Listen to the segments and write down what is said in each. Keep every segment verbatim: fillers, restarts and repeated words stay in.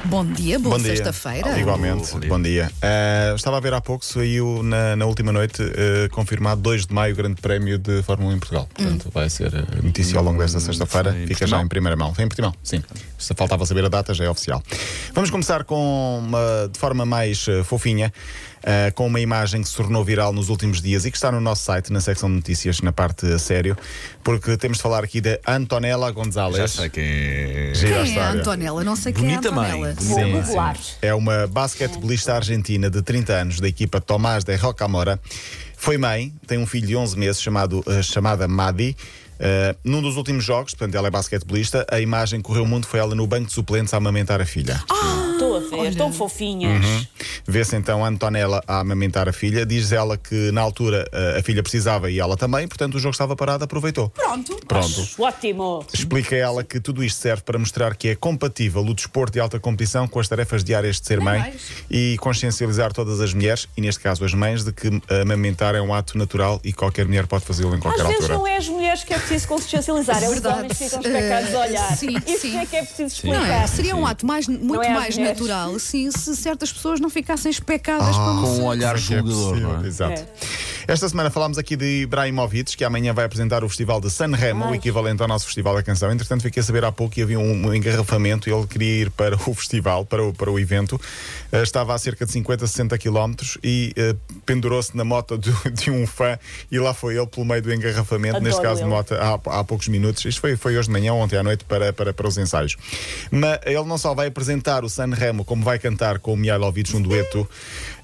Bom dia, boa sexta-feira. Igualmente, bom dia. Bom dia. Uh, estava a ver há pouco, saiu na, na última noite, uh, confirmado dois de maio o Grande Prémio de Fórmula um em Portugal. Portanto, hum. vai ser notícia ao longo desta sexta-feira. Fica Portimão. Já em primeira mão. Foi em Portimão, sim. Se faltava saber a data, já é oficial. Vamos começar com uma, de forma mais uh, fofinha. Uh, com uma imagem que se tornou viral nos últimos dias e que está no nosso site, na secção de notícias, na parte a sério, porque temos de falar aqui da Antonella González. Já sei quem é. Quem é a Antonella? Não sei quem Bonita é a Antonella. Mãe. Sim, sim, sim. É uma basquetebolista argentina de trinta anos, da equipa Tomás de Rocamora. Foi mãe, tem um filho de onze meses chamado, uh, chamada Madi. Uh, num dos últimos jogos, portanto ela é basquetebolista, a imagem correu o mundo, foi ela no banco de suplentes a amamentar a filha. Ah, estou a ver, olha. Tão fofinhas. Uhum. Vê-se então a Antonella a amamentar a filha. Diz ela que na altura a filha precisava e ela também, portanto o jogo estava parado, aproveitou. Pronto. Pronto. Acho ótimo. Explica ela que tudo isto serve para mostrar que é compatível o desporto de alta competição com as tarefas diárias de ser mãe mais. E consciencializar todas as mulheres, e neste caso as mães, de que amamentar é um ato natural e qualquer mulher pode fazê-lo em qualquer Às altura. Às vezes não é as mulheres que é preciso consciencializar, é os homens que ficam especados a olhar. Sim, Isso sim. é que é preciso explicar. Não é? Seria um ato mais, muito é mais mulheres. natural sim, se certas pessoas não ficassem especadas Ah, como com se... um olhar julgador, É não é? Exato. É. Esta semana falámos aqui de Ibrahimovic, que amanhã vai apresentar o festival de Sanremo, Ai. o equivalente ao nosso Festival da Canção. Entretanto, fiquei a saber há pouco que havia um, um engarrafamento e ele queria ir para o festival, para o, para o evento. Uh, estava a cerca de cinquenta, sessenta quilómetros e uh, pendurou-se na moto de, de um fã e lá foi ele pelo meio do engarrafamento, Adoro neste caso de ele. moto, há, há poucos minutos. Isto foi, foi hoje de manhã, ontem à noite, para, para, para os ensaios. Mas ele não só vai apresentar o Sanremo, como vai cantar com o Mihajlovic um dueto uh,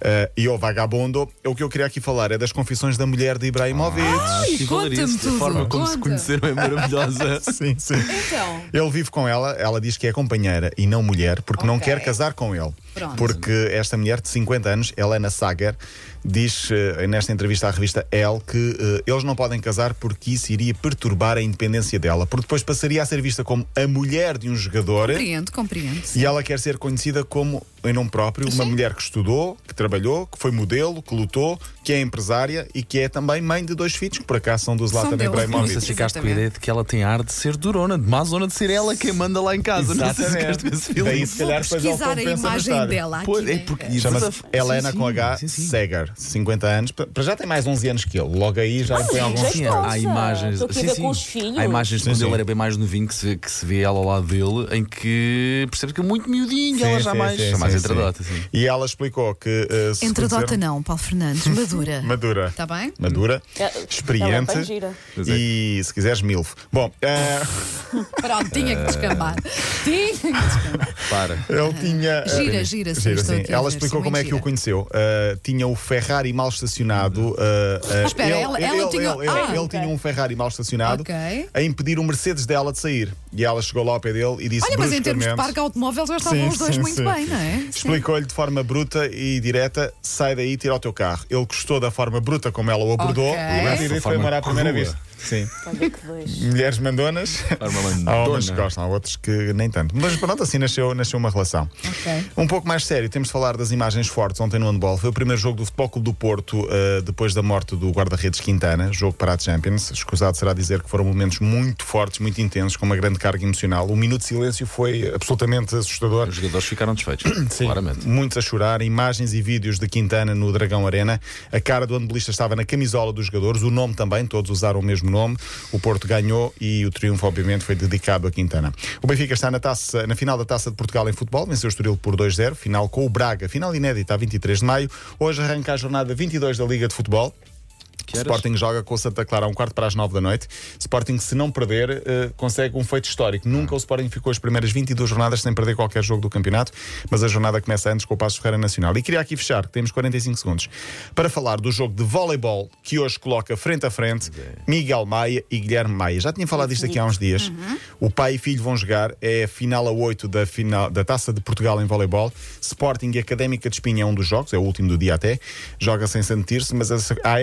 e o Vagabundo. O que eu queria aqui falar é das confissões da mulher de Ibrahimovic. Ai, Tive a conta-me isso, tudo, a forma como se conta. conheceram é maravilhosa. Sim, sim. Então, Ele vive com ela, ela diz que é companheira e não mulher, porque não Ok. quer casar com ele. Pronto. Porque esta mulher de cinquenta anos, Helena Sager, diz uh, nesta entrevista à revista Elle que uh, eles não podem casar porque isso iria perturbar a independência dela, porque depois passaria a ser vista como a mulher de um jogador. compreendo, compreendo. E ela quer ser conhecida como, em nome próprio, uma Sim. mulher que estudou, que trabalhou, que foi modelo, que lutou, que é empresária e que é também mãe de dois filhos, que por acaso são do Zlatan São dele. Não sei Ibrahimovic. se ficaste com a Exatamente. ideia de que ela tem a arte de ser durona, de má zona de ser ela quem manda lá em casa. Não sei se ficaste com esse feeling. Daí, se calhar, depois ele Pesquisar a compensa na imagem história. dela aqui. Pô, é né? porque- Chama-se Sim, Helena sim, com H sim, sim. Seger, cinquenta anos. Para já tem mais onze anos que ele. Logo aí já foi sim, alguns já Sim, Gostosa. há imagens, Estou aqui a sim, ver sim. com os filhos. Há imagens de Sim, quando sim. ele era bem mais novinho que se, que se vê ela ao lado dele, em que percebe que é muito miudinho, Sim, ela já sim, mais, sim, já mais sim, entradota. sim. Assim. E ela explicou que uh, se Entradota conheceram- não, Paulo Fernandes, madura. Madura. Está bem? Madura, Ela- experiente ela é bem gira. Pois é. e, se quiseres, milf. Bom, eh, Pronto, tinha que descambar. Tinha que descambar. Para. ele tinha. Gira, eh, gira, sim, estou sim. aqui a Ela ver, explicou sou como é muito que o gira. conheceu. Eh, tinha o Ferrari mal estacionado. eh, eh, Ah, espera, ele, ela- ela ele, tinha- ele, Ah, ele ok. tinha um Ferrari mal estacionado Ok. a impedir o Mercedes dela de sair. E ela chegou lá ao pé dele e disse: Olha, mas em termos de bruscamente- parque automóvel já estavam Sim, os dois sim, muito sim. bem, não é? Explico-lhe de forma bruta e direta: sai daí e tira o teu carro. Ele gostou da forma bruta como ela o abordou Ok. e a foi Forma amor à primeira crua. vista. Sim. Olha que dois. Mulheres mandonas. Forma Há homens que mandona. gostam, há outros que nem tanto. Mas pronto, assim nasceu, nasceu uma relação. Ok. Um pouco mais sério, temos de falar das imagens fortes ontem no handball. Foi o primeiro jogo do Futebol Clube do Porto uh, depois da morte do guarda-redes Quintana, jogo para a Champions. Escusado será dizer que foram momentos muito fortes, muito intensos, com uma grande carga emocional. O minuto de silêncio foi absolutamente assustador. Os jogadores ficaram desfeitos, claramente. Muitos a chorar, imagens e vídeos de Quintana no Dragão Arena. A cara do handbolista estava na camisola dos jogadores, o nome também, todos usaram o mesmo nome. O Porto ganhou e o triunfo, obviamente, foi dedicado a Quintana. O Benfica está na, taça, na final da Taça de Portugal em futebol, venceu o Estoril por dois zero, final com o Braga, final inédita a vinte e três de maio. Hoje arranca a jornada vinte e dois da Liga de Futebol. Que horas? Sporting joga com o Santa Clara a um quarto para as nove da noite. Sporting, se não perder, uh, consegue um feito histórico. Nunca o Sporting ficou as primeiras vinte e duas jornadas sem perder qualquer jogo do campeonato, mas a jornada começa antes com o Paços Ferreira Nacional. E queria aqui fechar, que temos quarenta e cinco segundos, para falar do jogo de voleibol que hoje coloca frente a frente Miguel Maia e Guilherme Maia. Já tinha falado disto aqui há uns dias. Uhum. O pai e filho vão jogar, é a final a oito da, final, da Taça de Portugal em voleibol. Sporting e Académica de Espinha é um dos jogos, é o último do dia até. Joga sem sentir-se, mas essa, há essa curiosidade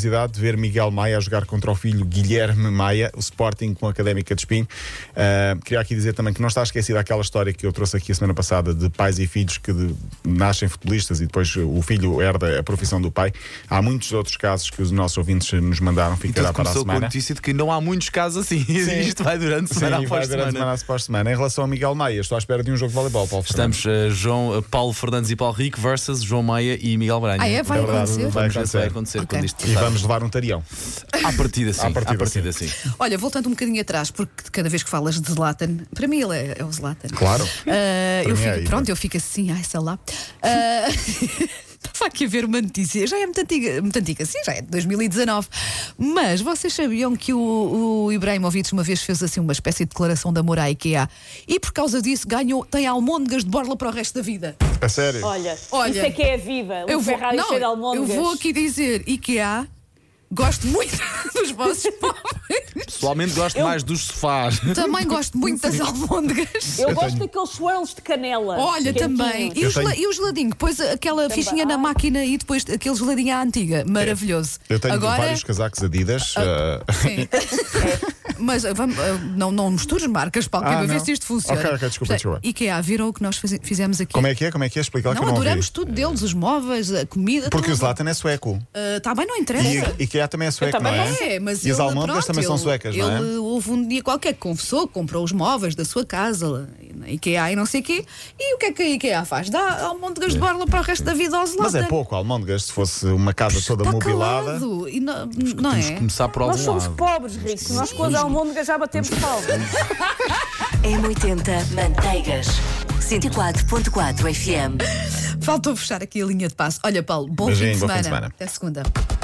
curiosidade de ver Miguel Maia a jogar contra o filho Guilherme Maia, o Sporting com a Académica de Espinho. Uh, queria aqui dizer também que não está esquecida aquela história que eu trouxe aqui a semana passada de pais e filhos que de, nascem futebolistas e depois o filho herda a profissão do pai. Há muitos outros casos que os nossos ouvintes nos mandaram, ficará para a começou semana. Com a notícia de que não há muitos casos assim. Sim. Isto vai durante semana Sim, após vai durante semana. semana após semana. Em relação a Miguel Maia, estou à espera de um jogo de voleibol, Paulo Fernandes. Estamos uh, João, uh, Paulo Fernandes e Paulo Rico versus João Maia e Miguel Branha. Ah, é? Vai É verdade, acontecer? vai Vamos ver se vai acontecer Ok. quando isto E passar. vamos levar um tarião. À partida sim. À partida, À partida sim. Olha, voltando um bocadinho atrás, porque cada vez que falas de Zlatan, para mim ele é, é o Zlatan. Claro. Ah, eu mim fico, é aí, pronto, né? eu fico assim, ai, sei lá. Ah, Estava aqui a ver uma notícia, já é muito antiga, muito antiga, sim, já é de dois mil e dezanove. Mas vocês sabiam que o, o Ibrahimovic uma vez fez assim uma espécie de declaração de amor à IKEA e por causa disso ganhou, tem almôndegas de borla para o resto da vida. A sério? Olha, Olha, isso é que é a vida. Um Eu vou, Ferrari não, cheio de eu almôndegas. vou aqui dizer, IKEA, gosto muito dos vossos móveis. Pessoalmente gosto Eu- mais dos sofás. Também gosto muito das almôndegas. Eu Eu gosto tenho- daqueles swirls de canela. Olha, quentinhos. também. E Eu o, gela- tenho- e o geladinho, depois aquela Também. fichinha na Ai. máquina e depois aquele geladinho à antiga. Maravilhoso. Eu tenho Agora, vários casacos Adidas. uh, sim. Mas uh, vamos, uh, não, não mistures marcas, Paulo, que Ah, é para ver não. se isto funciona. Ok, ok, desculpa, Portanto, desculpa. IKEA, viram o que nós faze- fizemos aqui? Como é que é? Como é que é? Explica lá que Não, eu não adoramos ouvi. tudo deles, os móveis, a comida. Porque o tudo. Zlatan é sueco. Está bem, não interessa. E IKEA também é sueco, também não é? É, mas E as ele, almôndegas pronto, também são ele- suecas, não é? Ele houve um dia qualquer que confessou, comprou os móveis da sua casa, lá na IKEA e não sei o quê. E o que é que a IKEA faz? Dá almôndegas de borla para o resto da vida ao Zlatan. Mas é pouco, almôndegas, se fosse uma casa toda Está mobilada. calado. E não, não Temos que é? começar por algum Nós somos lado. pobres, Rico. Nós com as almôndegas já batemos palmas. M oitenta Manteigas. cento e quatro ponto quatro F M. Faltou fechar aqui a linha de passo. Olha, Paulo, bom Beijinho, fim de bom fim de semana. semana. Até segunda.